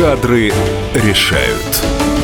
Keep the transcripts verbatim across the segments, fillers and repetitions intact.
Кадры решают.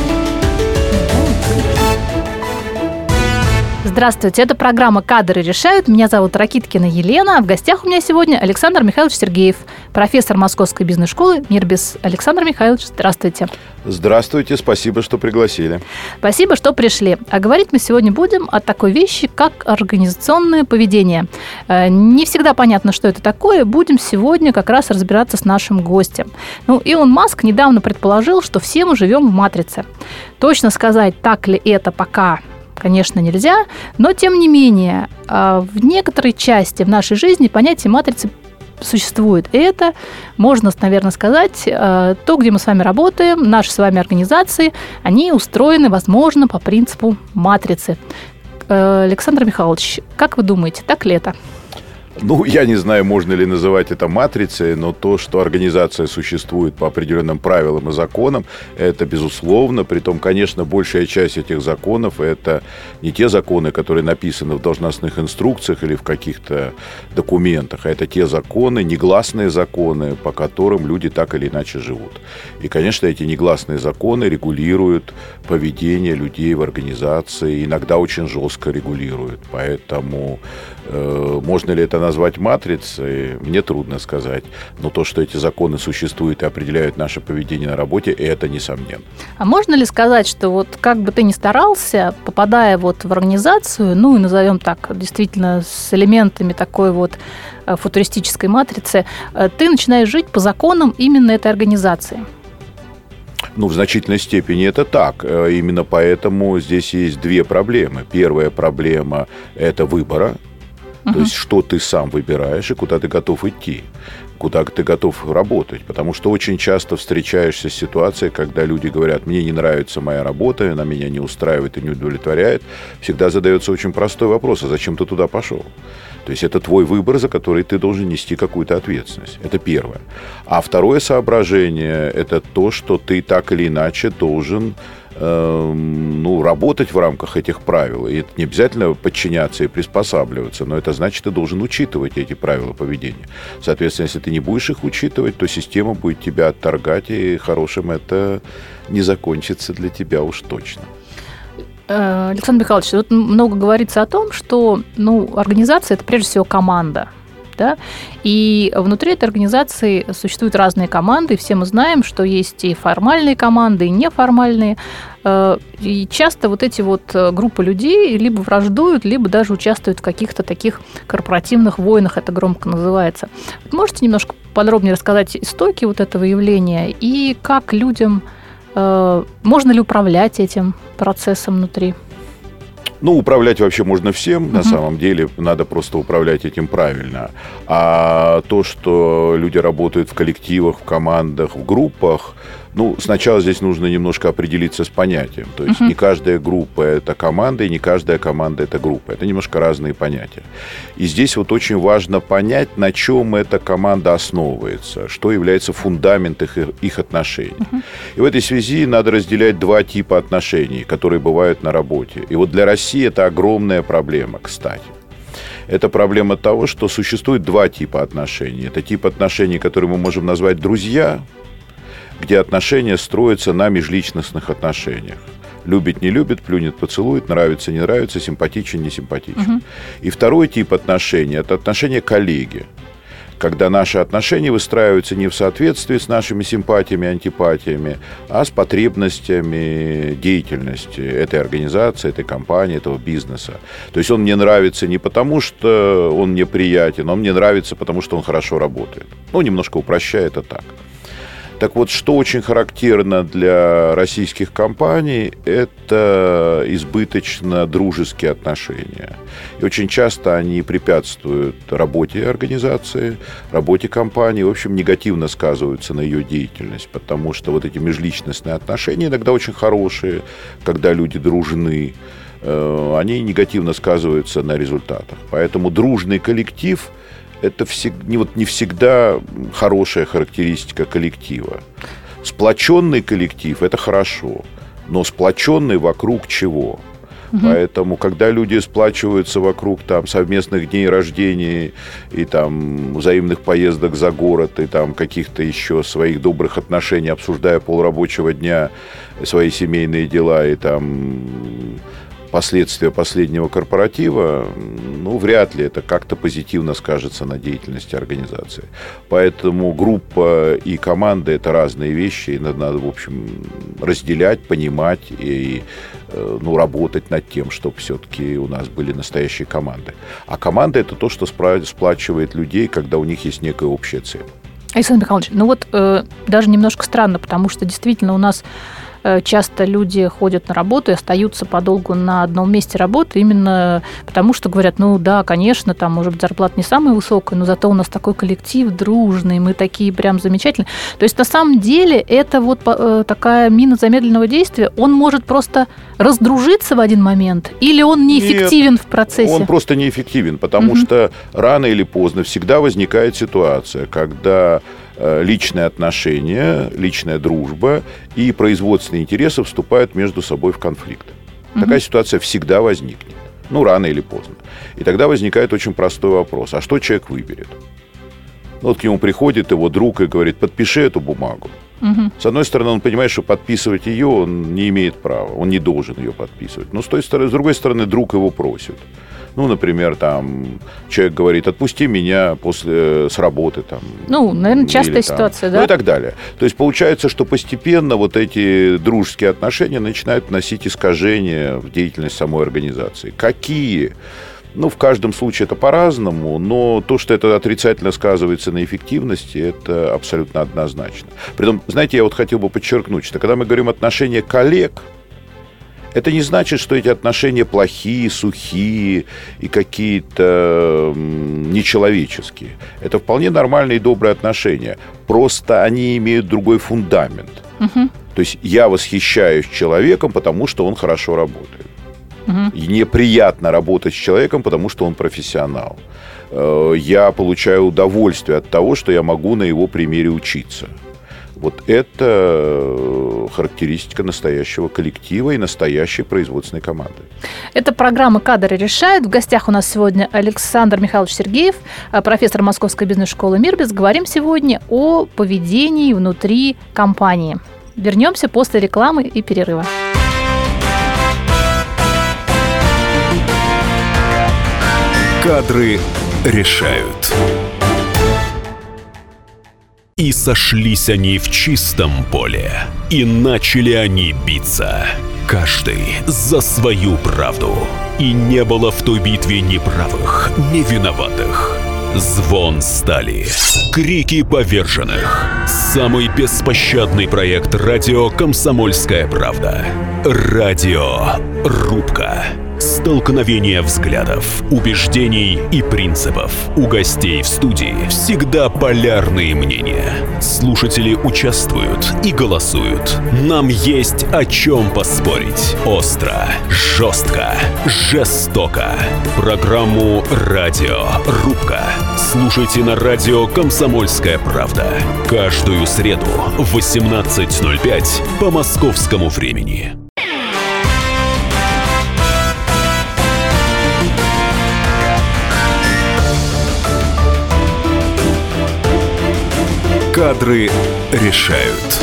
Здравствуйте, это программа «Кадры решают». Меня зовут Ракиткина Елена, а в гостях у меня сегодня Александр Михайлович Сергеев, профессор Московской бизнес-школы «Мирбиз». Александр Михайлович, здравствуйте. Здравствуйте, спасибо, что пригласили. Спасибо, что пришли. А говорить мы сегодня будем о такой вещи, как организационное поведение. Не всегда понятно, что это такое. Будем сегодня как раз разбираться с нашим гостем. Ну, Илон Маск недавно предположил, что все мы живем в матрице. Точно сказать, так ли это пока, конечно, нельзя, но, тем не менее, в некоторой части в нашей жизни понятие матрицы существует. И это, можно, наверное, сказать, то, где мы с вами работаем, наши с вами организации, они устроены, возможно, по принципу матрицы. Александр Михайлович, как вы думаете, так ли это? Ну, я не знаю, можно ли называть это матрицей, но то, что организация существует по определенным правилам и законам, это безусловно. Притом, конечно, большая часть этих законов – это не те законы, которые написаны в должностных инструкциях или в каких-то документах, а это те законы, негласные законы, по которым люди так или иначе живут. И, конечно, эти негласные законы регулируют поведение людей в организации, иногда очень жестко регулируют. Поэтому э, можно ли это назвать матрицей, мне трудно сказать. Но то, что эти законы существуют и определяют наше поведение на работе, это несомненно. А можно ли сказать, что вот как бы ты ни старался, попадая вот в организацию, ну и назовем так, действительно с элементами такой вот футуристической матрицы, ты начинаешь жить по законам именно этой организации? Ну, в значительной степени это так. Именно поэтому здесь есть две проблемы. Первая проблема – это выбора. То есть, что ты сам выбираешь и куда ты готов идти, куда ты готов работать. Потому что очень часто встречаешься с ситуацией, когда люди говорят: мне не нравится моя работа, она меня не устраивает и не удовлетворяет. Всегда задается очень простой вопрос: а зачем ты туда пошел? То есть, это твой выбор, за который ты должен нести какую-то ответственность. Это первое. А второе соображение – это то, что ты так или иначе должен ну, работать в рамках этих правил. И это не обязательно подчиняться и приспосабливаться, но это значит, ты должен учитывать эти правила поведения. Соответственно, если ты не будешь их учитывать, то система будет тебя отторгать, и хорошим это не закончится для тебя уж точно. Александр Михайлович, тут много говорится о том, что ну, организация – это прежде всего команда. Да? И внутри этой организации существуют разные команды, и все мы знаем, что есть и формальные команды, и неформальные. И часто вот эти вот группы людей либо враждуют, либо даже участвуют в каких-то таких корпоративных войнах, это громко называется. Можете немножко подробнее рассказать истоки вот этого явления и как людям, можно ли управлять этим процессом внутри? Ну, управлять вообще можно всем, uh-huh. на самом деле, надо просто управлять этим правильно. А то, что люди работают в коллективах, в командах, в группах, ну, сначала здесь нужно немножко определиться с понятием. То есть uh-huh. не каждая группа – это команда, и не каждая команда – это группа. Это немножко разные понятия. И здесь вот очень важно понять, на чем эта команда основывается, что является фундаментом их, их отношений. Uh-huh. И в этой связи надо разделять два типа отношений, которые бывают на работе. И вот для России это огромная проблема, кстати. Это проблема того, что существует два типа отношений. Это тип отношений, которые мы можем назвать «друзья», где отношения строятся на межличностных отношениях. Любит, не любит, плюнет, поцелует, нравится, не нравится, симпатичен, не симпатичен. Угу. И второй тип отношений – это отношения коллеги, когда наши отношения выстраиваются не в соответствии с нашими симпатиями, антипатиями, а с потребностями деятельности этой организации, этой компании, этого бизнеса. То есть он мне нравится не потому, что он мне приятен, он мне нравится, потому что он хорошо работает. Ну, немножко упрощая это так. Так вот, что очень характерно для российских компаний, это избыточно дружеские отношения. И очень часто они препятствуют работе организации, работе компании, в общем, негативно сказываются на ее деятельность, потому что вот эти межличностные отношения иногда очень хорошие, когда люди дружны, они негативно сказываются на результатах. Поэтому дружный коллектив – это не, вот, не всегда хорошая характеристика коллектива. Сплоченный коллектив – это хорошо, но сплоченный вокруг чего? Угу. Поэтому, когда люди сплачиваются вокруг там, совместных дней рождения и там, взаимных поездок за город, и там, каких-то еще своих добрых отношений, обсуждая полрабочего дня свои семейные дела и там, последствия последнего корпоратива, ну, вряд ли это как-то позитивно скажется на деятельности организации. Поэтому группа и команда – это разные вещи, и надо, надо, в общем, разделять, понимать и ну, работать над тем, чтобы все-таки у нас были настоящие команды. А команда – это то, что сплачивает людей, когда у них есть некая общая цель. Александр Михайлович, ну вот э, даже немножко странно, потому что действительно у нас часто люди ходят на работу и остаются подолгу на одном месте работы именно потому, что говорят, ну да, конечно, там, может быть, зарплата не самая высокая, но зато у нас такой коллектив дружный, мы такие прям замечательные. То есть, на самом деле, это вот такая мина замедленного действия. Он может просто раздружиться в один момент или он неэффективен Нет, в процессе? Он просто неэффективен, потому угу. что рано или поздно всегда возникает ситуация, когда личные отношения, личная дружба и производственные интересы вступают между собой в конфликт. Угу. Такая ситуация всегда возникнет. Ну, рано или поздно. И тогда возникает очень простой вопрос. А что человек выберет? Ну, вот к нему приходит его друг и говорит, подпиши эту бумагу. Угу. С одной стороны, он понимает, что подписывать ее он не имеет права. Он не должен ее подписывать. Но с той стороны, с другой стороны, друг его просит. Ну, например, там, человек говорит, отпусти меня после, с работы. Там, ну, наверное, частая или, ситуация, там, да? Ну, и так далее. То есть, получается, что постепенно вот эти дружеские отношения начинают носить искажения в деятельность самой организации. Какие? Ну, в каждом случае это по-разному, но то, что это отрицательно сказывается на эффективности, это абсолютно однозначно. Притом, знаете, я вот хотел бы подчеркнуть, что когда мы говорим отношения коллег, это не значит, что эти отношения плохие, сухие и какие-то нечеловеческие. Это вполне нормальные и добрые отношения. Просто они имеют другой фундамент. Угу. То есть я восхищаюсь человеком, потому что он хорошо работает. Угу. И мне приятно работать с человеком, потому что он профессионал. Я получаю удовольствие от того, что я могу на его примере учиться. Вот это характеристика настоящего коллектива и настоящей производственной команды. Это программа «Кадры решают». В гостях у нас сегодня Александр Михайлович Сергеев, профессор Московской бизнес-школы «Мирбис». Говорим сегодня о поведении внутри компании. Вернемся после рекламы и перерыва. «Кадры решают». И сошлись они в чистом поле, и начали они биться, каждый за свою правду. И не было в той битве ни правых, ни виноватых. Звон стали, крики поверженных. Самый беспощадный проект радио «Комсомольская правда». Радиорубка. Столкновение взглядов, убеждений и принципов. У гостей в студии всегда полярные мнения. Слушатели участвуют и голосуют. Нам есть о чем поспорить. Остро, жестко, жестоко. Программу «Радиорубка» слушайте на радио «Комсомольская правда». Каждую среду в восемнадцать ноль пять по московскому времени. Кадры решают.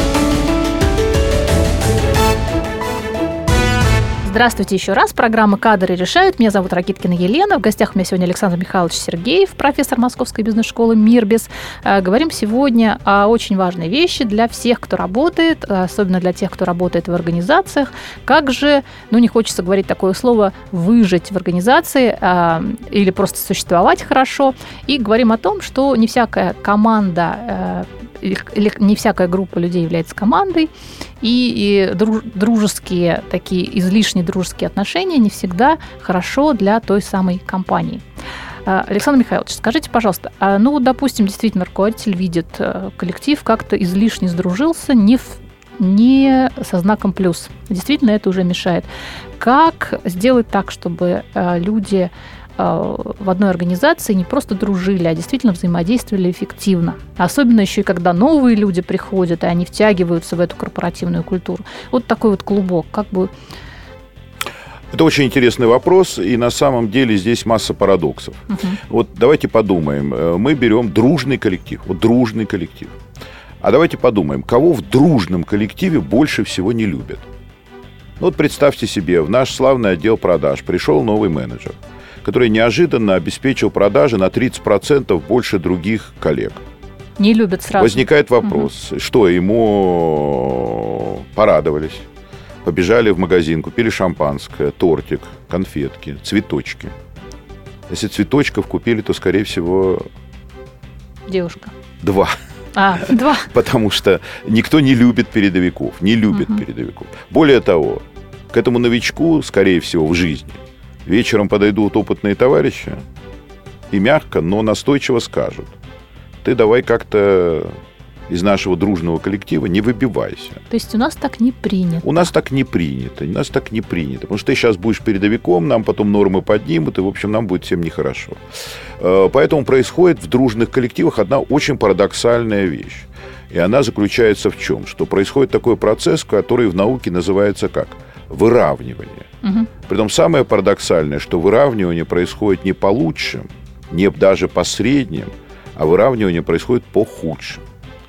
Здравствуйте еще раз. Программа «Кадры решают». Меня зовут Ракиткина Елена. В гостях у меня сегодня Александр Михайлович Сергеев, профессор Московской бизнес-школы «Мирбис». Говорим сегодня о очень важной вещи для всех, кто работает, особенно для тех, кто работает в организациях. Как же, ну не хочется говорить такое слово, выжить в организации или просто существовать хорошо. И говорим о том, что не всякая команда или не всякая группа людей является командой, и, и дружеские, такие излишне дружеские отношения не всегда хорошо для той самой компании. Александр Михайлович, скажите, пожалуйста, ну, допустим, действительно руководитель видит коллектив, как-то излишне сдружился, не, в, не со знаком плюс. Действительно, это уже мешает. Как сделать так, чтобы люди в одной организации не просто дружили, а действительно взаимодействовали эффективно. Особенно еще и когда новые люди приходят, и они втягиваются в эту корпоративную культуру. Вот такой вот клубок. Как бы... Это очень интересный вопрос, и на самом деле здесь масса парадоксов. Угу. Вот давайте подумаем. Мы берем дружный коллектив. Вот дружный коллектив. А давайте подумаем, кого в дружном коллективе больше всего не любят. Ну, вот представьте себе, в наш славный отдел продаж пришел новый менеджер, который неожиданно обеспечил продажи на тридцать процентов больше других коллег. Не любят сразу. Возникает вопрос, угу. что ему порадовались, побежали в магазин, купили шампанское, тортик, конфетки, цветочки. Если цветочков купили, то, скорее всего... Девушка. Два. А, два. Потому что никто не любит передовиков, не любит угу. передовиков. Более того, к этому новичку, скорее всего, в жизни вечером подойдут опытные товарищи и мягко, но настойчиво скажут: ты давай как-то из нашего дружного коллектива не выбивайся. То есть у нас так не принято. У нас так не принято, у нас так не принято. Потому что ты сейчас будешь передовиком, нам потом нормы поднимут, и, в общем, нам будет всем нехорошо. Поэтому происходит в дружных коллективах одна очень парадоксальная вещь. И она заключается в чем? Что происходит такой процесс, который в науке называется как? Выравнивание. Угу. Притом самое парадоксальное, что выравнивание происходит не по лучшим, не даже по средним, а выравнивание происходит по худшим.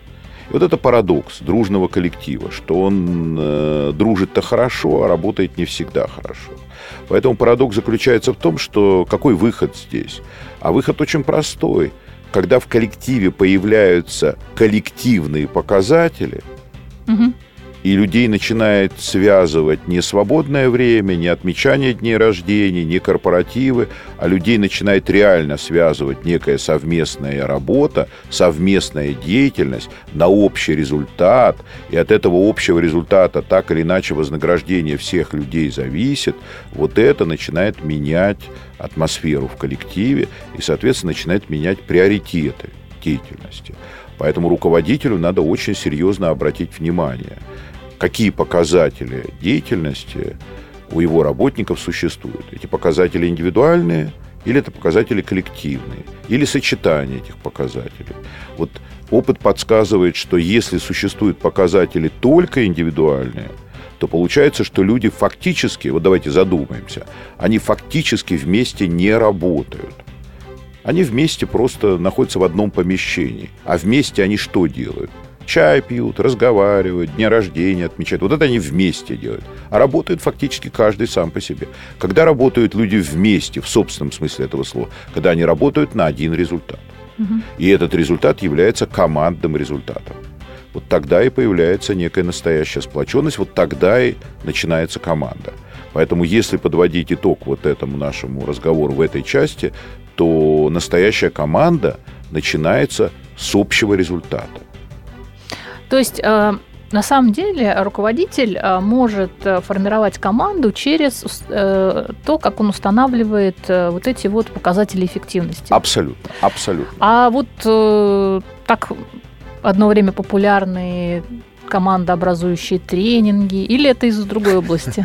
И вот это парадокс дружного коллектива, что он э, дружит-то хорошо, а работает не всегда хорошо. Поэтому парадокс заключается в том, что какой выход здесь? А выход очень простой. Когда в коллективе появляются коллективные показатели, угу. и людей начинает связывать не свободное время, не отмечание дней рождения, не корпоративы, а людей начинает реально связывать некая совместная работа, совместная деятельность на общий результат. И от этого общего результата так или иначе вознаграждение всех людей зависит. Вот это начинает менять атмосферу в коллективе и, соответственно, начинает менять приоритеты деятельности. Поэтому руководителю надо очень серьезно обратить внимание, какие показатели деятельности у его работников существуют. Эти показатели индивидуальные или это показатели коллективные, или сочетание этих показателей. Вот опыт подсказывает, что если существуют показатели только индивидуальные, то получается, что люди фактически, вот давайте задумаемся, они фактически вместе не работают. Они вместе просто находятся в одном помещении. А вместе они что делают? Чай пьют, разговаривают, дни рождения отмечают. Вот это они вместе делают. А работают фактически каждый сам по себе. Когда работают люди вместе, в собственном смысле этого слова, когда они работают на один результат. Угу. И этот результат является командным результатом. Вот тогда и появляется некая настоящая сплоченность, вот тогда и начинается команда. Поэтому если подводить итог вот этому нашему разговору в этой части, то настоящая команда начинается с общего результата. То есть, э, на самом деле, руководитель э, может формировать команду через э, то, как он устанавливает э, вот эти вот показатели эффективности. Абсолютно, абсолютно. А вот э, так одно время популярные командообразующие тренинги, или это из другой области?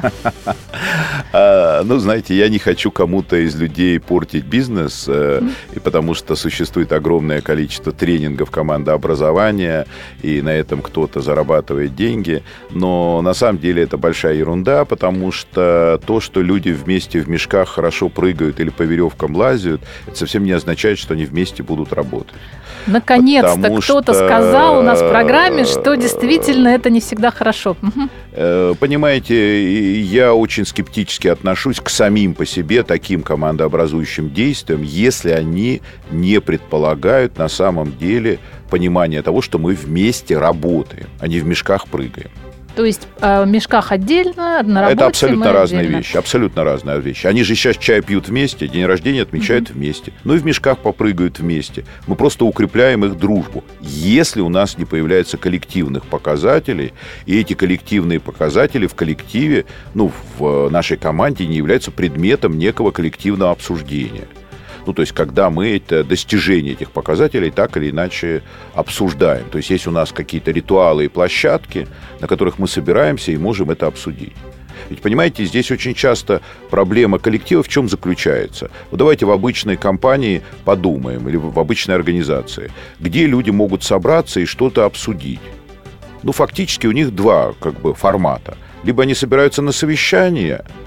Ну, знаете, я не хочу кому-то из людей портить бизнес, и потому что существует огромное количество тренингов командообразования, и на этом кто-то зарабатывает деньги, но на самом деле это большая ерунда, потому что то, что люди вместе в мешках хорошо прыгают или по веревкам лазят, это совсем не означает, что они вместе будут работать. Наконец-то потому кто-то что... сказал у нас в программе, что действительно это не всегда хорошо. Угу. Понимаете, я очень скептически отношусь к самим по себе таким командообразующим действиям, если они не предполагают на самом деле понимание того, что мы вместе работаем, а не в мешках прыгаем. То есть в мешках отдельно, на работе это абсолютно разные отдельно. вещи, абсолютно разные вещи. Они же сейчас чай пьют вместе, день рождения отмечают угу. вместе. Ну и в мешках попрыгают вместе. Мы просто укрепляем их дружбу. Если у нас не появляется коллективных показателей, и эти коллективные показатели в коллективе, ну, в нашей команде не являются предметом некого коллективного обсуждения. Ну, то есть, когда мы это достижение этих показателей так или иначе обсуждаем. То есть, есть у нас какие-то ритуалы и площадки, на которых мы собираемся и можем это обсудить. Ведь, понимаете, здесь очень часто проблема коллектива в чем заключается? Вот давайте в обычной компании подумаем, или в обычной организации, где люди могут собраться и что-то обсудить. Ну, фактически у них два как бы формата. Либо они собираются на совещание,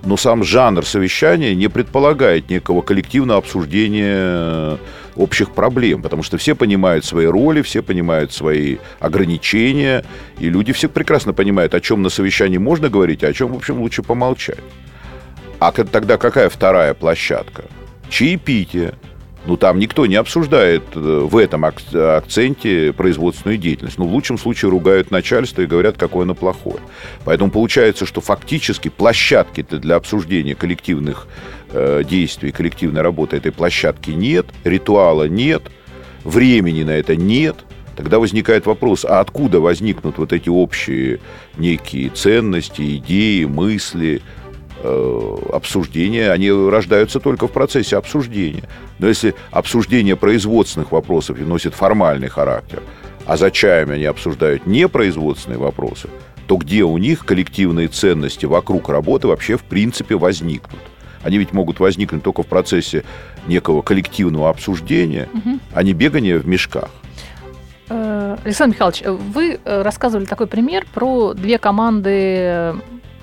Но сам жанр совещания не предполагает некого коллективного обсуждения общих проблем, потому что все понимают свои роли, все понимают свои ограничения, и люди все прекрасно понимают, о чем на совещании можно говорить, а о чем, в общем, лучше помолчать. А тогда какая вторая площадка? Чаепитие. Ну, там никто не обсуждает в этом акценте производственную деятельность. Ну, в лучшем случае ругают начальство и говорят, какое оно плохое. Поэтому получается, что фактически площадки-то для обсуждения коллективных э, действий, коллективной работы этой площадки нет, ритуала нет, времени на это нет. Тогда возникает вопрос, а откуда возникнут вот эти общие некие ценности, идеи, мысли, обсуждения, они рождаются только в процессе обсуждения. Но если обсуждение производственных вопросов носит формальный характер, а за чаем они обсуждают непроизводственные вопросы, то где у них коллективные ценности вокруг работы вообще в принципе возникнут? Они ведь могут возникнуть только в процессе некого коллективного обсуждения, угу. а не бегания в мешках. Александр Михайлович, вы рассказывали такой пример про две команды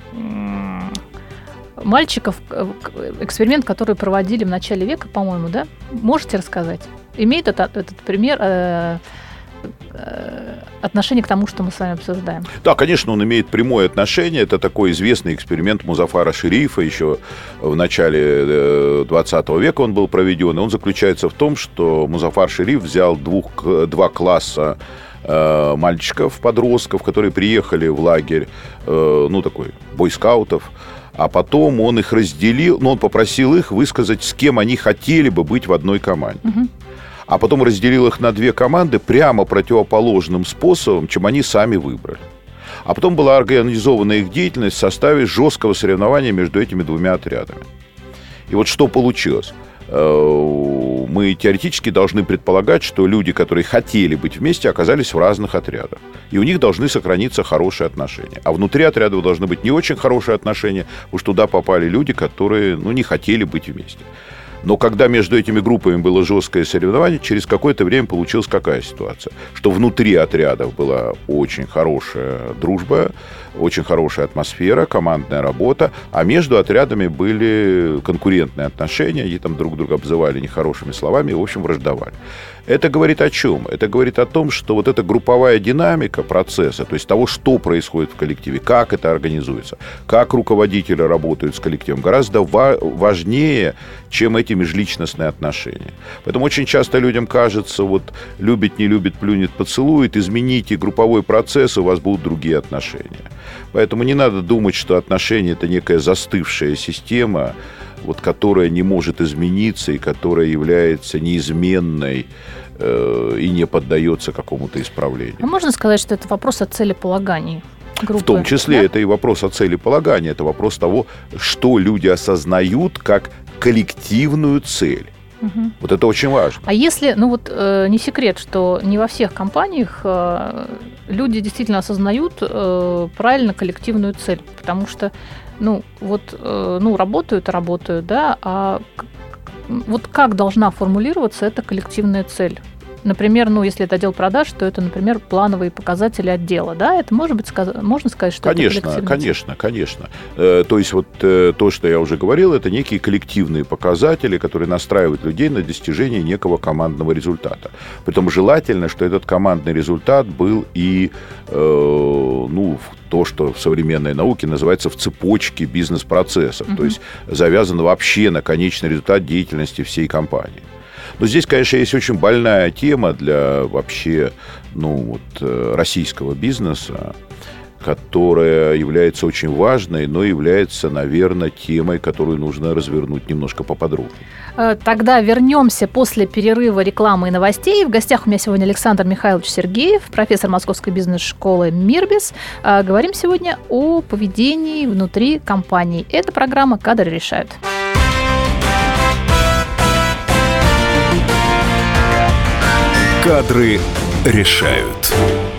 мальчиков, эксперимент, который проводили в начале века, по-моему, да? Можете рассказать? Имеет этот, этот пример э, э, отношение к тому, что мы с вами обсуждаем? Да, конечно, он имеет прямое отношение. Это такой известный эксперимент Музаффара Шерифа. Еще в начале двадцатого века он был проведен. И он заключается в том, что Музаффар Шериф взял двух, два класса э, мальчиков, подростков, которые приехали в лагерь, э, ну, такой, бойскаутов. А потом он их разделил, но он попросил их высказать, с кем они хотели бы быть в одной команде. Угу. А потом разделил их на две команды прямо противоположным способом, чем они сами выбрали. А потом была организована их деятельность в составе жесткого соревнования между этими двумя отрядами. И вот что получилось. Мы теоретически должны предполагать, что люди, которые хотели быть вместе, оказались в разных отрядах. И у них должны сохраниться хорошие отношения. А внутри отрядов должны быть не очень хорошие отношения, потому что туда попали люди, которые ну, не хотели быть вместе. Но когда между этими группами было жесткое соревнование, через какое-то время получилась какая ситуация? Что внутри отрядов была очень хорошая дружба, очень хорошая атмосфера, командная работа, а между отрядами были конкурентные отношения, они там друг друга обзывали нехорошими словами и, в общем, враждовали. Это говорит о чем? Это говорит о том, что вот эта групповая динамика процесса, то есть того, что происходит в коллективе, как это организуется, как руководители работают с коллективом, гораздо ва- важнее, чем эти межличностные отношения. Поэтому очень часто людям кажется, вот любит, не любит, плюнет, поцелует, измените групповой процесс, у вас будут другие отношения. Поэтому не надо думать, что отношения – это некая застывшая система, вот, которая не может измениться и которая является неизменной э, и не поддается какому-то исправлению. А можно сказать, что это вопрос о целеполагании группы? В том числе да? Это и вопрос о целеполагании, это вопрос того, что люди осознают как коллективную цель. Угу. Вот это очень важно. А если, ну вот э, не секрет, что не во всех компаниях э, люди действительно осознают э, правильно коллективную цель, потому что, ну вот, э, ну работают и работают, да, а вот как должна формулироваться эта коллективная цель? Например, ну, если это отдел продаж, то это, например, плановые показатели отдела, да? Это может быть, можно сказать, что конечно, это коллективная цель? Конечно, конечно, конечно. То есть вот то, что я уже говорил, это некие коллективные показатели, которые настраивают людей на достижение некого командного результата. Притом желательно, что этот командный результат был и, э, ну, то, что в современной науке называется в цепочке бизнес-процессов, угу. то есть завязан вообще на конечный результат деятельности всей компании. Но здесь, конечно, есть очень больная тема для вообще ну, вот, российского бизнеса, которая является очень важной, но является, наверное, темой, которую нужно развернуть немножко поподробнее. Тогда вернемся после перерыва рекламы и новостей. В гостях у меня сегодня Александр Михайлович Сергеев, профессор Московской бизнес-школы Мирбиз. Говорим сегодня о поведении внутри компаний. Это программа «Кадры решают». Кадры решают.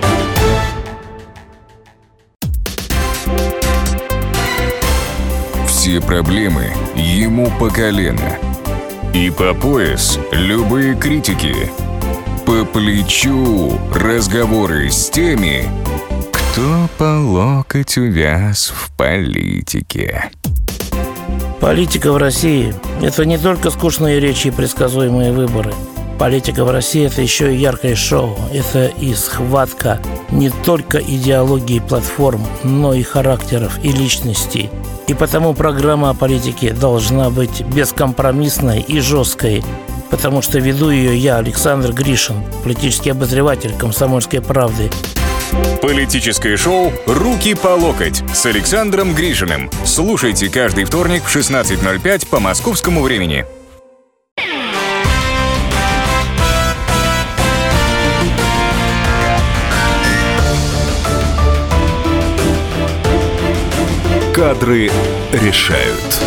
Все проблемы ему по колено. И по пояс любые критики. По плечу разговоры с теми, кто по локоть увяз в политике. Политика в России – это не только скучные речи и предсказуемые выборы. Политика в России – это еще и яркое шоу. Это и схватка не только идеологии платформ, но и характеров и личностей. И потому программа о политике должна быть бескомпромиссной и жесткой, потому что веду ее я, Александр Гришин, политический обозреватель «Комсомольской правды». Политическое шоу «Руки по локоть» с Александром Гришиным. Слушайте каждый вторник в шестнадцать ноль пять по московскому времени. Кадры решают.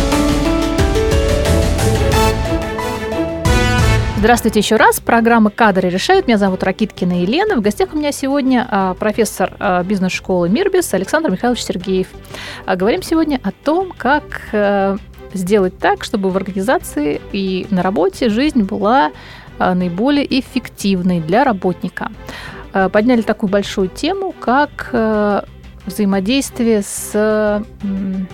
Здравствуйте еще раз. Программа «Кадры решают». Меня зовут Ракиткина Елена. В гостях у меня сегодня а, профессор а, бизнес-школы Мирбис Александр Михайлович Сергеев. А, говорим сегодня о том, как а, сделать так, чтобы в организации и на работе жизнь была а, наиболее эффективной для работника. А, подняли такую большую тему, как а, взаимодействие с, м,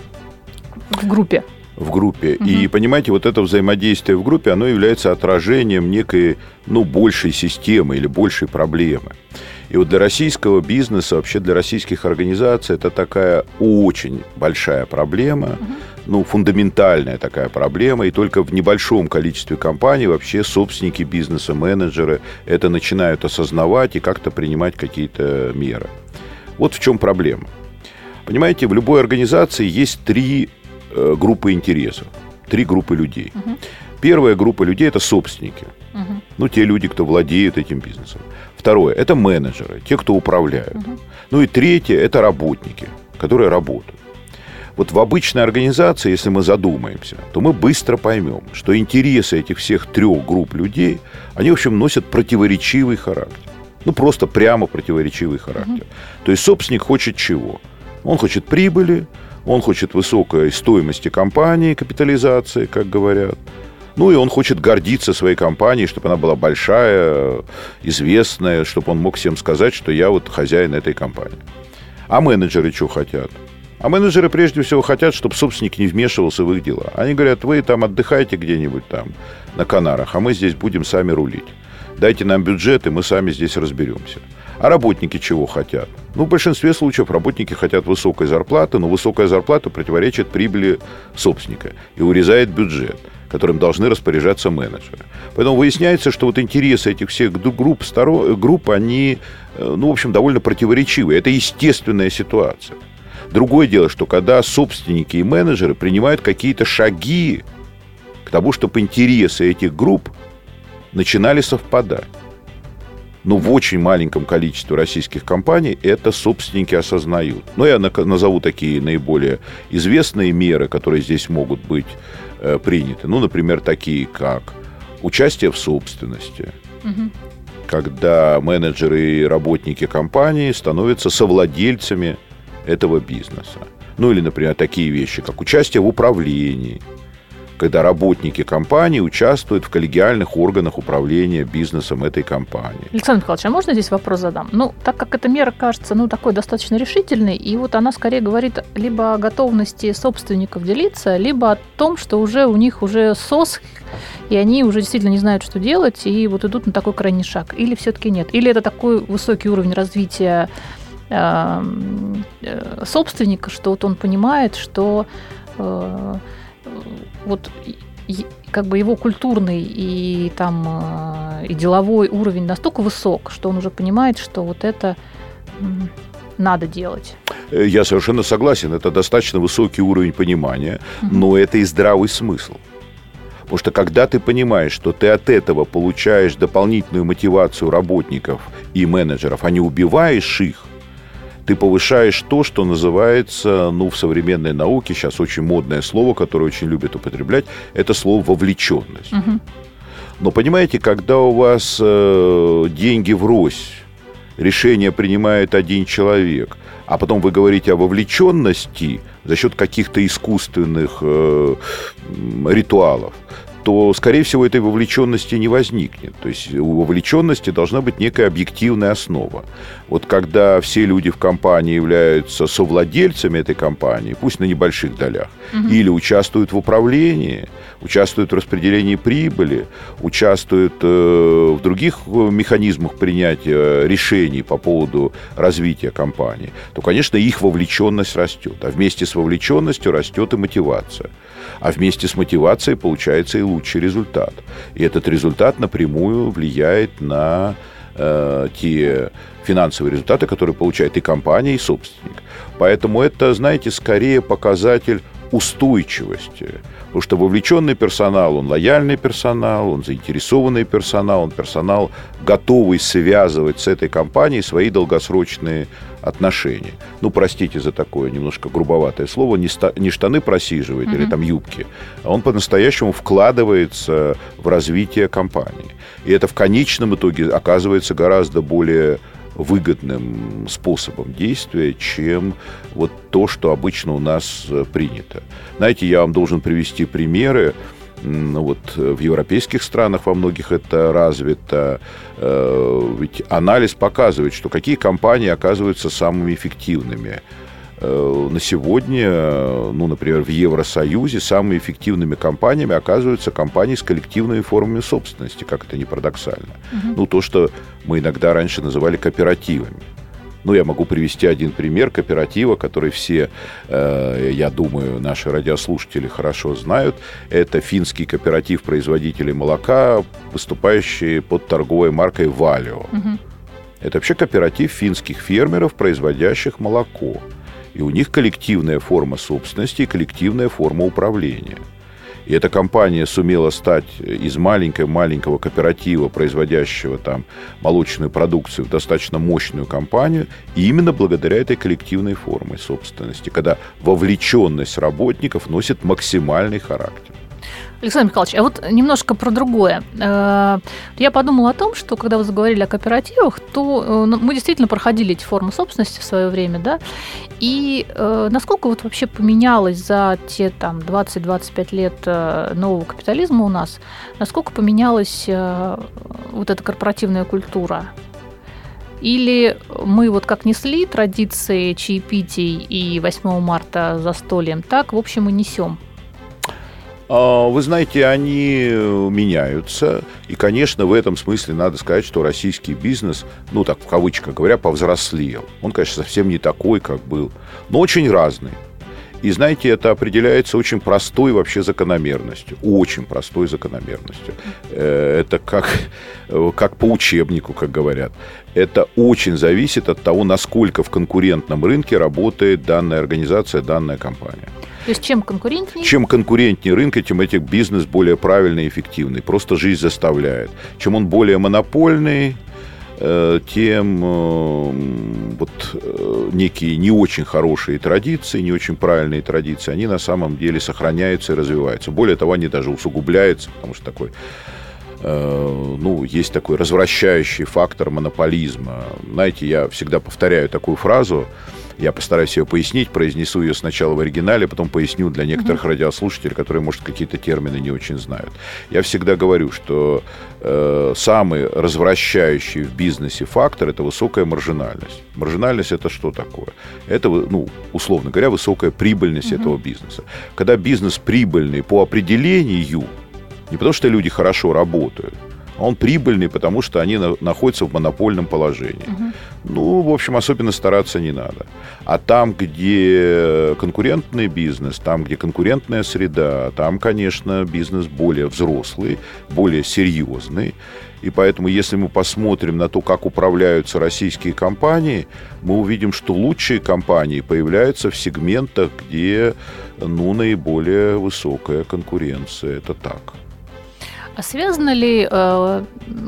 в группе. В группе. Угу. И, понимаете, вот это взаимодействие в группе, оно является отражением некой, ну, большей системы или большей проблемы. И вот для российского бизнеса, вообще для российских организаций, это такая очень большая проблема, угу. ну, фундаментальная такая проблема, и только в небольшом количестве компаний вообще собственники бизнеса, менеджеры это начинают осознавать и как-то принимать какие-то меры. Вот в чем проблема. Понимаете, в любой организации есть три группы интересов, три группы людей. Uh-huh. Первая группа людей – это собственники. Uh-huh. Ну, те люди, кто владеет этим бизнесом. Второе – это менеджеры, те, кто управляют. Uh-huh. Ну и третье – это работники, которые работают. Вот в обычной организации, если мы задумаемся, то мы быстро поймем, что интересы этих всех трех групп людей, они, в общем, носят противоречивый характер. Ну, просто прямо противоречивый характер. Uh-huh. То есть собственник хочет чего? Он хочет прибыли, он хочет высокой стоимости компании, капитализации, как говорят. Ну, и он хочет гордиться своей компанией, чтобы она была большая, известная, чтобы он мог всем сказать, что я вот хозяин этой компании. А менеджеры что хотят? А менеджеры прежде всего хотят, чтобы собственник не вмешивался в их дела. Они говорят, вы там отдыхайте где-нибудь там на Канарах, а мы здесь будем сами рулить. Дайте нам бюджет, и мы сами здесь разберемся. А работники чего хотят? Ну, в большинстве случаев работники хотят высокой зарплаты, но высокая зарплата противоречит прибыли собственника и урезает бюджет, которым должны распоряжаться менеджеры. Поэтому выясняется, что вот интересы этих всех групп, сторон, групп они, ну, в общем, довольно противоречивые. Это естественная ситуация. Другое дело, что когда собственники и менеджеры принимают какие-то шаги к тому, чтобы интересы этих групп начинали совпадать. Но в очень маленьком количестве российских компаний это собственники осознают. Но я назову такие наиболее известные меры, которые здесь могут быть э, приняты. Ну, например, такие как участие в собственности. Угу. Когда менеджеры и работники компании становятся совладельцами этого бизнеса. Ну, или, например, такие вещи, как участие в управлении. Когда работники компании участвуют в коллегиальных органах управления бизнесом этой компании. Александр Михайлович, а можно здесь вопрос задам? Ну, так как эта мера кажется, ну, такой достаточно решительной, и вот она скорее говорит либо о готовности собственников делиться, либо о том, что уже у них уже сос, и они уже действительно не знают, что делать, и вот идут на такой крайний шаг. Или все-таки нет? Или это такой высокий уровень развития э, э, собственника, что вот он понимает, что... Э, вот как бы его культурный и там и деловой уровень настолько высок, что он уже понимает, что вот это надо делать. Я совершенно согласен, это достаточно высокий уровень понимания, угу. но это и здравый смысл. Потому что когда ты понимаешь, что ты от этого получаешь дополнительную мотивацию работников и менеджеров, а не убиваешь их, ты повышаешь то, что называется, ну, в современной науке, сейчас очень модное слово, которое очень любят употреблять, это слово «вовлеченность». Угу. Но, понимаете, когда у вас э, деньги врозь, решение принимает один человек, а потом вы говорите о вовлеченности за счет каких-то искусственных э, ритуалов, то, скорее всего, этой вовлеченности не возникнет. То есть у вовлеченности должна быть некая объективная основа. Вот когда все люди в компании являются совладельцами этой компании, пусть на небольших долях, угу. или участвуют в управлении, участвуют в распределении прибыли, участвуют э, в других механизмах принятия решений по поводу развития компании, то, конечно, их вовлеченность растет. А вместе с вовлеченностью растет и мотивация. А вместе с мотивацией получается и лучший результат. И этот результат напрямую влияет на э, те финансовые результаты, которые получает и компания, и собственник. Поэтому это, знаете, скорее показатель устойчивости. Потому что вовлеченный персонал, он лояльный персонал, он заинтересованный персонал, он персонал, готовый связывать с этой компанией свои долгосрочные отношения. Ну, простите за такое немножко грубоватое слово, не, ста- не штаны просиживает mm-hmm. или там юбки, а он по-настоящему вкладывается в развитие компании. И это в конечном итоге оказывается гораздо более выгодным способом действия, чем вот то, что обычно у нас принято. Знаете, я вам должен привести примеры. Ну, вот в европейских странах во многих это развито. Ведь анализ показывает, что какие компании оказываются самыми эффективными. На сегодня, ну, например, в Евросоюзе самыми эффективными компаниями оказываются компании с коллективными формами собственности, как это ни парадоксально. Угу. Ну, то, что мы иногда раньше называли кооперативами. Ну, я могу привести один пример кооператива, который все, э, я думаю, наши радиослушатели хорошо знают. Это финский кооператив производителей молока, выступающий под торговой маркой «Валио». Угу. Это вообще кооператив финских фермеров, производящих молоко. И у них коллективная форма собственности и коллективная форма управления. И эта компания сумела стать из маленького-маленького кооператива, производящего там молочную продукцию, в достаточно мощную компанию, и именно благодаря этой коллективной форме собственности, когда вовлеченность работников носит максимальный характер. Александр Михайлович, а вот немножко про другое. Я подумала о том, что когда вы заговорили о кооперативах, то мы действительно проходили эти формы собственности в свое время, да, и насколько вот вообще поменялось за те там двадцать-двадцать пять лет нового капитализма у нас, насколько поменялась вот эта корпоративная культура? Или мы вот как несли традиции чаепитий и восьмого марта застольем, так, в общем, и несем? Вы знаете, они меняются. И, конечно, в этом смысле надо сказать, что российский бизнес, ну, так в кавычках говоря, повзрослел. Он, конечно, совсем не такой, как был, но очень разный. И, знаете, это определяется очень простой вообще закономерностью. Очень простой закономерностью. Это как, как по учебнику, как говорят. Это очень зависит от того, насколько в конкурентном рынке работает данная организация, данная компания. То есть чем конкурентнее? Чем конкурентнее рынок, тем этих бизнес более правильный и эффективный. Просто жизнь заставляет. Чем он более монопольный, тем вот некие не очень хорошие традиции, не очень правильные традиции, они на самом деле сохраняются и развиваются. Более того, они даже усугубляются, потому что такой, ну, есть такой развращающий фактор монополизма. Знаете, я всегда повторяю такую фразу, я постараюсь ее пояснить, произнесу ее сначала в оригинале, потом поясню для некоторых mm-hmm. радиослушателей, которые, может, какие-то термины не очень знают. Я всегда говорю, что э, самый развращающий в бизнесе фактор – это высокая маржинальность. Маржинальность – это что такое? Это, ну, условно говоря, высокая прибыльность mm-hmm. этого бизнеса. Когда бизнес прибыльный по определению, не потому что люди хорошо работают, он прибыльный, потому что они на, находятся в монопольном положении. Угу. Ну, в общем, особенно стараться не надо. А там, где конкурентный бизнес, там, где конкурентная среда, там, конечно, бизнес более взрослый, более серьезный. И поэтому, если мы посмотрим на то, как управляются российские компании, мы увидим, что лучшие компании появляются в сегментах, где, ну, наиболее высокая конкуренция. Это так. А связана ли, э,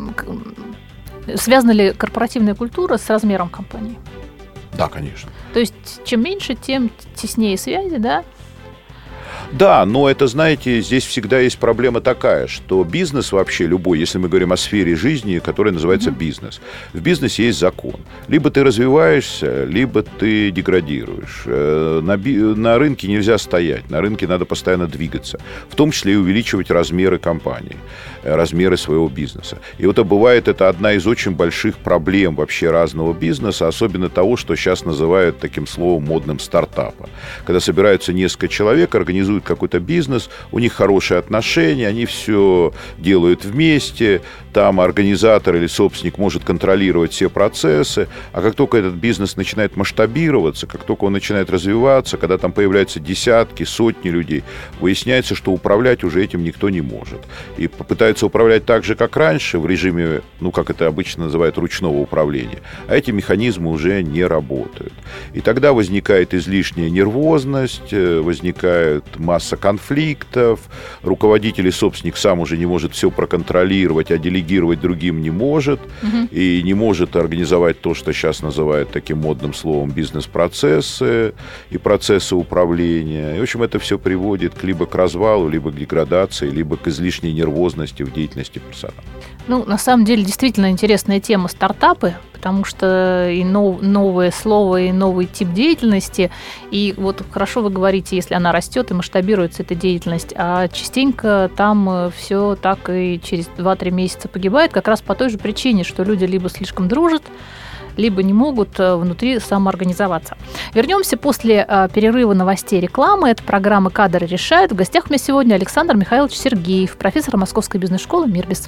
связана ли корпоративная культура с размером компании? Да, конечно. То есть, чем меньше, тем теснее связи, да? Да, но это, знаете, здесь всегда есть проблема такая, что бизнес вообще любой, если мы говорим о сфере жизни, которая называется mm-hmm. бизнес, в бизнесе есть закон. Либо ты развиваешься, либо ты деградируешь. На, би- на рынке нельзя стоять, на рынке надо постоянно двигаться, в том числе и увеличивать размеры компании, размеры своего бизнеса. И вот это бывает, это одна из очень больших проблем вообще разного бизнеса, особенно того, что сейчас называют таким словом модным стартапа. Когда собираются несколько человек, организуют какой-то бизнес, у них хорошие отношения, они все делают вместе, там организатор или собственник может контролировать все процессы, а как только этот бизнес начинает масштабироваться, как только он начинает развиваться, когда там появляются десятки, сотни людей, выясняется, что управлять уже этим никто не может. И попытаются управлять так же, как раньше, в режиме, ну, как это обычно называют, ручного управления, а эти механизмы уже не работают. И тогда возникает излишняя нервозность, возникает масса конфликтов, руководитель и собственник сам уже не может все проконтролировать, а делегировать другим не может, угу. и не может организовать то, что сейчас называют таким модным словом бизнес-процессы и процессы управления. И, в общем, это все приводит либо к развалу, либо к деградации, либо к излишней нервозности в деятельности персонала. Ну, на самом деле, действительно интересная тема стартапы, потому что и нов, новое слово, и новый тип деятельности. И вот хорошо вы говорите, если она растет и масштабируется, эта деятельность, а частенько там все так и через два-три месяца погибает, как раз по той же причине, что люди либо слишком дружат, либо не могут внутри самоорганизоваться. Вернемся после перерыва новостей и рекламы. Это программа «Кадры решают». В гостях у меня сегодня Александр Михайлович Сергеев, профессор Московской бизнес-школы «Мирбис».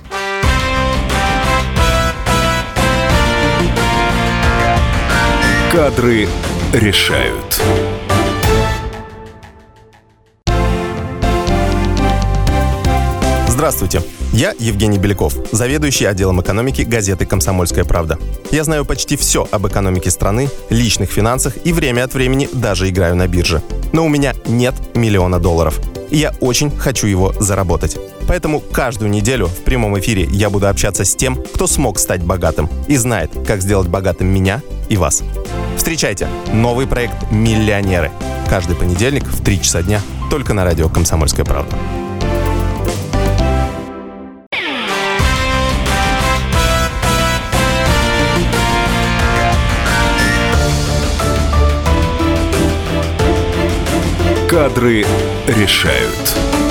Кадры решают. Здравствуйте, я Евгений Беляков, заведующий отделом экономики газеты «Комсомольская правда». Я знаю почти все об экономике страны, личных финансах и время от времени даже играю на бирже. Но у меня нет миллиона долларов, и я очень хочу его заработать. Поэтому каждую неделю в прямом эфире я буду общаться с тем, кто смог стать богатым и знает, как сделать богатым меня и вас. Встречайте новый проект «Миллионеры». Каждый понедельник в три часа дня только на радио «Комсомольская правда». Кадры решают.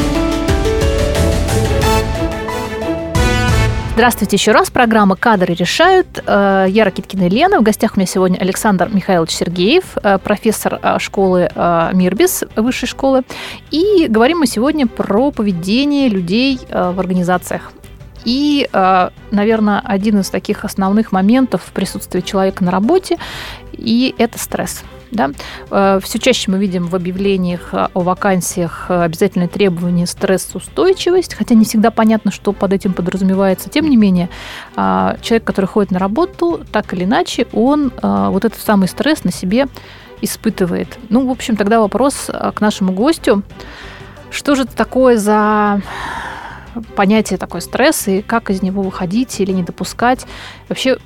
Здравствуйте еще раз. Программа «Кадры решают». Я Ракиткина Елена. В гостях у меня сегодня Александр Михайлович Сергеев, профессор школы Мирбис, высшей школы. И говорим мы сегодня про поведение людей в организациях. И, наверное, один из таких основных моментов в присутствии человека на работе – и это стресс. Да? Все чаще мы видим в объявлениях о вакансиях обязательное требование стрессоустойчивость, хотя не всегда понятно, что под этим подразумевается. Тем не менее, человек, который ходит на работу, так или иначе, он вот этот самый стресс на себе испытывает. Ну, в общем, тогда вопрос к нашему гостю. Что же это такое за понятие такой стресс, и как из него выходить или не допускать? Вообще,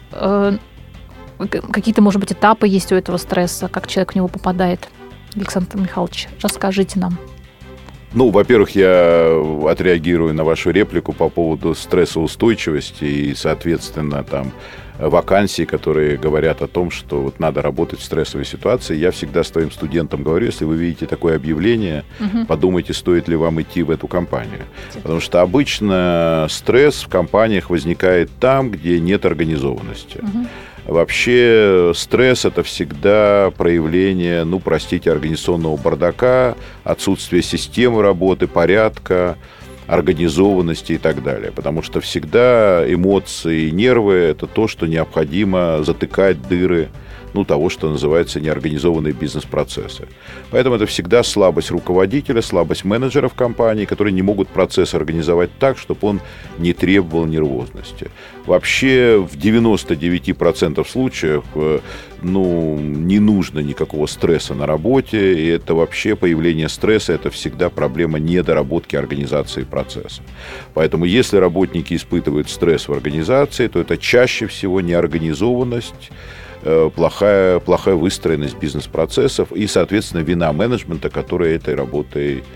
какие-то, может быть, этапы есть у этого стресса, как человек в него попадает? Александр Михайлович, расскажите нам. Ну, во-первых, я отреагирую на вашу реплику по поводу стрессоустойчивости и, соответственно, там, вакансий, которые говорят о том, что вот надо работать в стрессовой ситуации. Я всегда своим студентам говорю, если вы видите такое объявление, угу. подумайте, стоит ли вам идти в эту компанию. Потому что обычно стресс в компаниях возникает там, где нет организованности. Угу. Вообще стресс – это всегда проявление, ну, простите, организационного бардака, отсутствие системы работы, порядка, организованности и так далее. Потому что всегда эмоции и нервы – это то, что необходимо затыкать дыры, ну, того, что называется неорганизованные бизнес-процессы. Поэтому это всегда слабость руководителя, слабость менеджеров компании, которые не могут процесс организовать так, чтобы он не требовал нервозности. Вообще в девяносто девять процентов случаев ну, не нужно никакого стресса на работе, и это вообще появление стресса – это всегда проблема недоработки организации процесса. Поэтому если работники испытывают стресс в организации, то это чаще всего неорганизованность, плохая, плохая выстроенность бизнес-процессов и, соответственно, вина менеджмента, который этой работой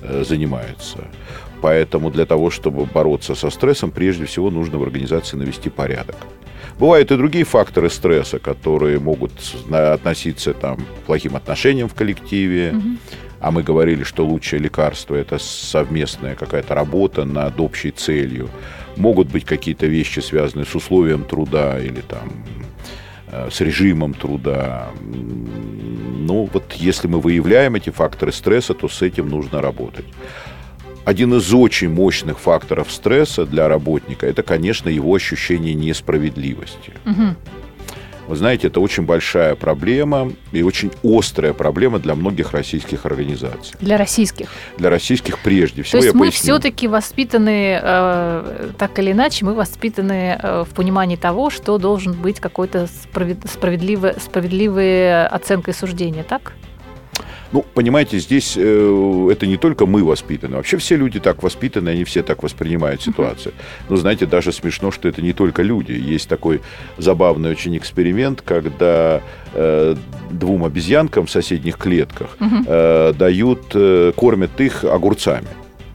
занимается. Поэтому для того, чтобы бороться со стрессом, прежде всего нужно в организации навести порядок. Бывают и другие факторы стресса, которые могут относиться там, к плохим отношениям в коллективе. Mm-hmm. А мы говорили, что лучшее лекарство – это совместная какая-то работа над общей целью. Могут быть какие-то вещи, связанные с условием труда или там, с режимом труда. Ну, вот если мы выявляем эти факторы стресса, то с этим нужно работать. Один из очень мощных факторов стресса для работника – это, конечно, его ощущение несправедливости. Угу. Вы знаете, это очень большая проблема и очень острая проблема для многих российских организаций. Для российских? Для российских прежде всего. То есть я мы поясню. Все-таки воспитаны, э, так или иначе, мы воспитаны э, в понимании того, что должен быть какой-то справедливый, справедливая оценка и суждение, так? Ну, понимаете, здесь э, это не только мы воспитаны. Вообще все люди так воспитаны, они все так воспринимают ситуацию. Но, знаете, даже смешно, что это не только люди. Есть такой забавный очень эксперимент, когда э, двум обезьянкам в соседних клетках э, дают, э, кормят их огурцами.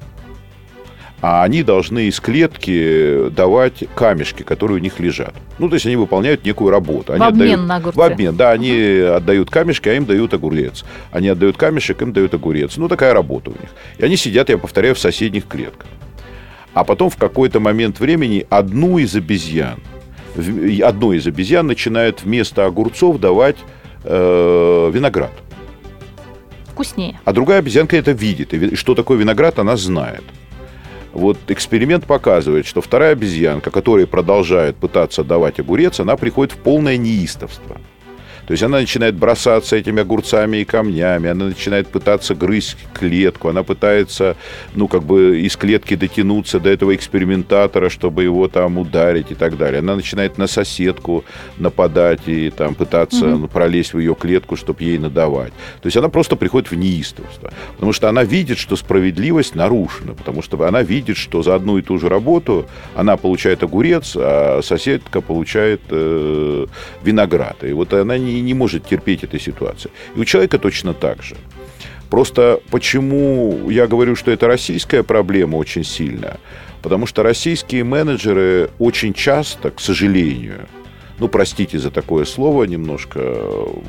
А они должны из клетки давать камешки, которые у них лежат. Ну, то есть они выполняют некую работу. Они в обмен отдают, на огурцы. В обмен, да, они uh-huh. отдают камешки, а им дают огурец. Они отдают камешек, им дают огурец. Ну, такая работа у них. И они сидят, я повторяю, в соседних клетках. А потом в какой-то момент времени одну из обезьян, одну из обезьян начинает вместо огурцов давать э, виноград. Вкуснее. А другая обезьянка это видит. И что такое виноград, она знает. Вот эксперимент показывает, что вторая обезьянка, которая продолжает пытаться давать огурец, она приходит в полное неистовство. То есть она начинает бросаться этими огурцами и камнями, она начинает пытаться грызть клетку, она пытается, ну, как бы из клетки дотянуться до этого экспериментатора, чтобы его там ударить и так далее. Она начинает на соседку нападать и там пытаться mm-hmm. пролезть в ее клетку, чтобы ей надавать. То есть она просто приходит в неистовство, потому что она видит, что справедливость нарушена, потому что она видит, что за одну и ту же работу она получает огурец, а соседка получает э, виноград. И вот она не не может терпеть этой ситуации. И у человека точно так же. Просто почему я говорю, что это российская проблема очень сильная? Потому что российские менеджеры очень часто, к сожалению, ну, простите за такое слово, немножко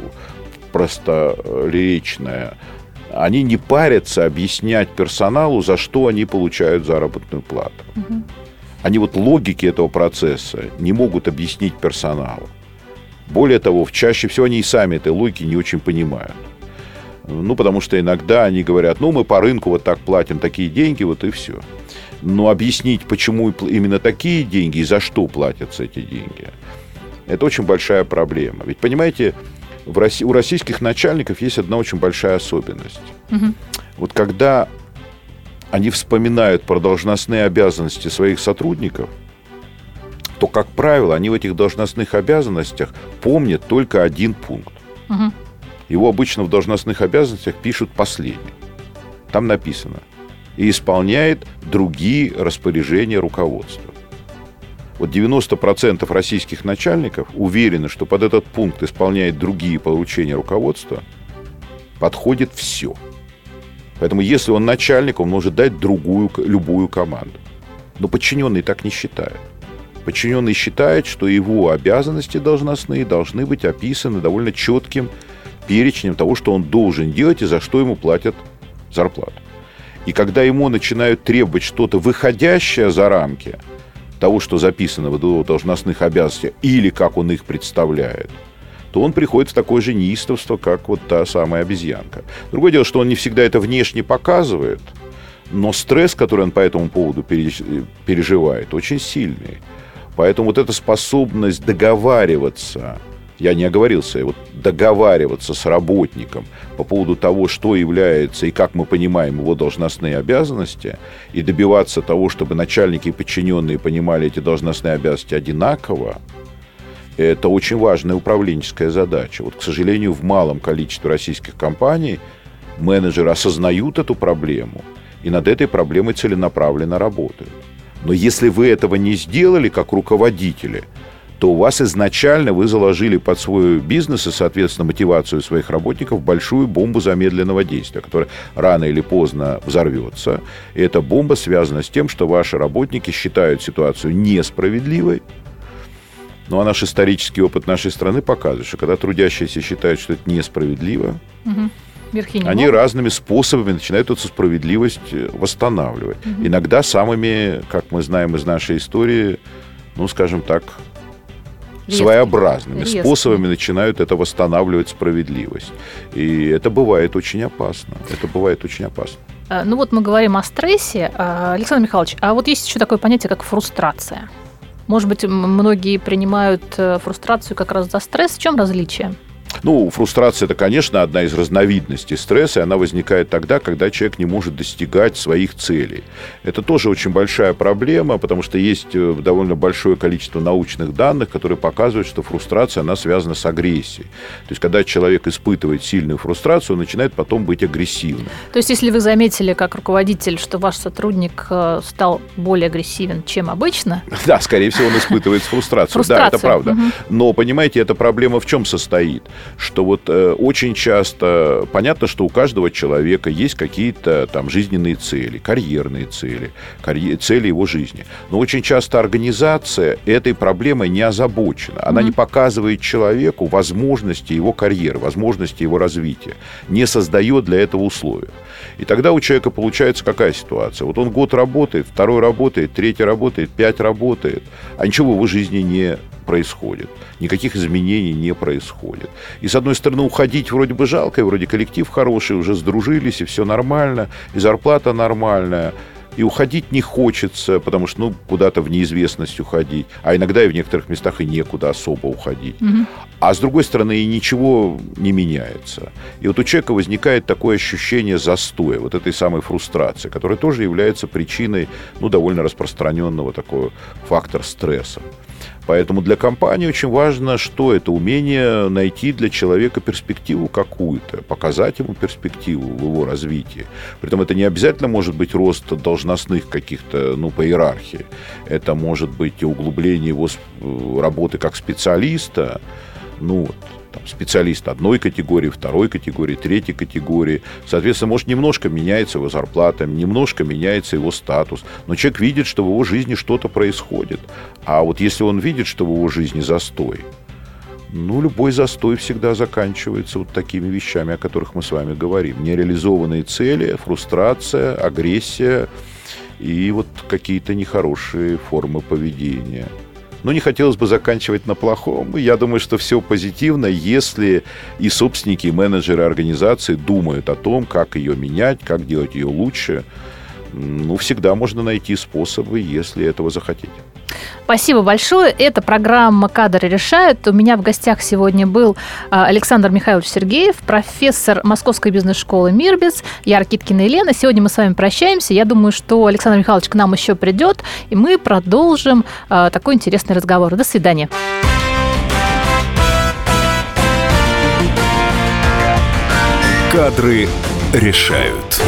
просторечное, они не парятся объяснять персоналу, за что они получают заработную плату. Угу. Они вот логики этого процесса не могут объяснить персоналу. Более того, чаще всего они и сами этой логики не очень понимают. Ну, потому что иногда они говорят, ну, мы по рынку вот так платим такие деньги, вот и все. Но объяснить, почему именно такие деньги и за что платятся эти деньги, это очень большая проблема. Ведь, понимаете, в России, у российских начальников есть одна очень большая особенность. Угу. Вот когда они вспоминают про должностные обязанности своих сотрудников, то, как правило, они в этих должностных обязанностях помнят только один пункт. Угу. Его обычно в должностных обязанностях пишут последний. Там написано: и исполняет другие распоряжения руководства. Вот девяносто процентов российских начальников уверены, что под этот пункт исполняет другие поручения руководства, подходит все. Поэтому, если он начальник, он может дать другую, любую команду. Но подчиненный так не считает. Подчиненный считает, что его обязанности должностные должны быть описаны довольно четким перечнем того, что он должен делать и за что ему платят зарплату. И когда ему начинают требовать что-то, выходящее за рамки того, что записано в его должностных обязанностях, или как он их представляет, то он приходит в такое же неистовство, как вот та самая обезьянка. Другое дело, что он не всегда это внешне показывает, но стресс, который он по этому поводу переживает, очень сильный. Поэтому вот эта способность договариваться, я не оговорился, вот договариваться с работником по поводу того, что является и как мы понимаем его должностные обязанности, и добиваться того, чтобы начальники и подчиненные понимали эти должностные обязанности одинаково, это очень важная управленческая задача. Вот, к сожалению, в малом количестве российских компаний менеджеры осознают эту проблему и над этой проблемой целенаправленно работают. Но если вы этого не сделали как руководители, то у вас изначально вы заложили под свой бизнес и, соответственно, мотивацию своих работников большую бомбу замедленного действия, которая рано или поздно взорвется. И эта бомба связана с тем, что ваши работники считают ситуацию несправедливой. Ну, а наш исторический опыт нашей страны показывает, что когда трудящиеся считают, что это несправедливо, угу. Верхи не они могут. разными способами начинают эту справедливость восстанавливать. Угу. Иногда самыми, как мы знаем из нашей истории, ну, скажем так, резкими, своеобразными резкими способами начинают это восстанавливать справедливость. И это бывает очень опасно. Это бывает очень опасно. Ну вот мы говорим о стрессе. Александр Михайлович, а вот есть еще такое понятие, как фрустрация. Может быть, многие принимают фрустрацию как раз за стресс. В чем различие? Ну, фрустрация – это, конечно, одна из разновидностей стресса, и она возникает тогда, когда человек не может достигать своих целей. Это тоже очень большая проблема, потому что есть довольно большое количество научных данных, которые показывают, что фрустрация, она связана с агрессией. То есть, когда человек испытывает сильную фрустрацию, он начинает потом быть агрессивным. То есть, если вы заметили, как руководитель, что ваш сотрудник стал более агрессивен, чем обычно? Да, скорее всего, он испытывает фрустрацию. Фрустрацию. Да, это правда. Угу. Но, понимаете, эта проблема в чем состоит? Что вот э, очень часто понятно, что у каждого человека есть какие-то там жизненные цели, карьерные цели, карьер, цели его жизни. Но очень часто организация этой проблемой не озабочена. Она mm-hmm. не показывает человеку возможности его карьеры, возможности его развития, не создает для этого условия. И тогда у человека получается какая ситуация? Вот он год работает, второй работает, третий работает, пять работает, а ничего в его жизни не происходит. Никаких изменений не происходит. И, с одной стороны, уходить вроде бы жалко, и вроде коллектив хороший, уже сдружились, и все нормально, и зарплата нормальная. И уходить не хочется, потому что, ну, куда-то в неизвестность уходить. А иногда и в некоторых местах и некуда особо уходить. Mm-hmm. А с другой стороны, и ничего не меняется. И вот у человека возникает такое ощущение застоя, вот этой самой фрустрации, которая тоже является причиной, ну, довольно распространенного такого фактора стресса. Поэтому для компании очень важно, что это умение найти для человека перспективу какую-то, показать ему перспективу в его развитии. Притом это не обязательно может быть рост должностных каких-то, ну, по иерархии. Это может быть и углубление его работы как специалиста, ну, вот, там, специалист одной категории, второй категории, третьей категории. Соответственно, может, немножко меняется его зарплата, немножко меняется его статус. Но человек видит, что в его жизни что-то происходит. А вот если он видит, что в его жизни застой, ну, любой застой всегда заканчивается вот такими вещами, о которых мы с вами говорим. Нереализованные цели, фрустрация, агрессия и вот какие-то нехорошие формы поведения. Но не хотелось бы заканчивать на плохом. Я думаю, что все позитивно, если и собственники, и менеджеры организации думают о том, как ее менять, как делать ее лучше. Ну, всегда можно найти способы, если этого захотеть. Спасибо большое. Это программа «Кадры решают». У меня в гостях сегодня был Александр Михайлович Сергеев, профессор Московской бизнес-школы «Мирбиз», я Ракиткина Елена. Сегодня мы с вами прощаемся. Я думаю, что Александр Михайлович к нам еще придет, и мы продолжим такой интересный разговор. До свидания. «Кадры решают».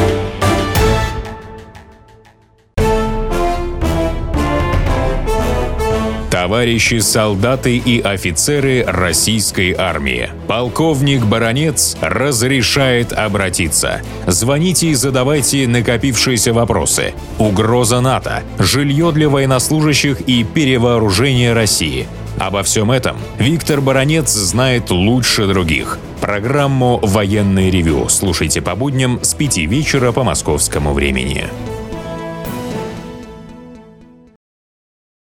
Товарищи солдаты и офицеры российской армии. Полковник Баранец разрешает обратиться. Звоните и задавайте накопившиеся вопросы. Угроза НАТО, жилье для военнослужащих и перевооружение России. Обо всем этом Виктор Баранец знает лучше других. Программу «Военное ревю» слушайте по будням с пяти вечера по московскому времени.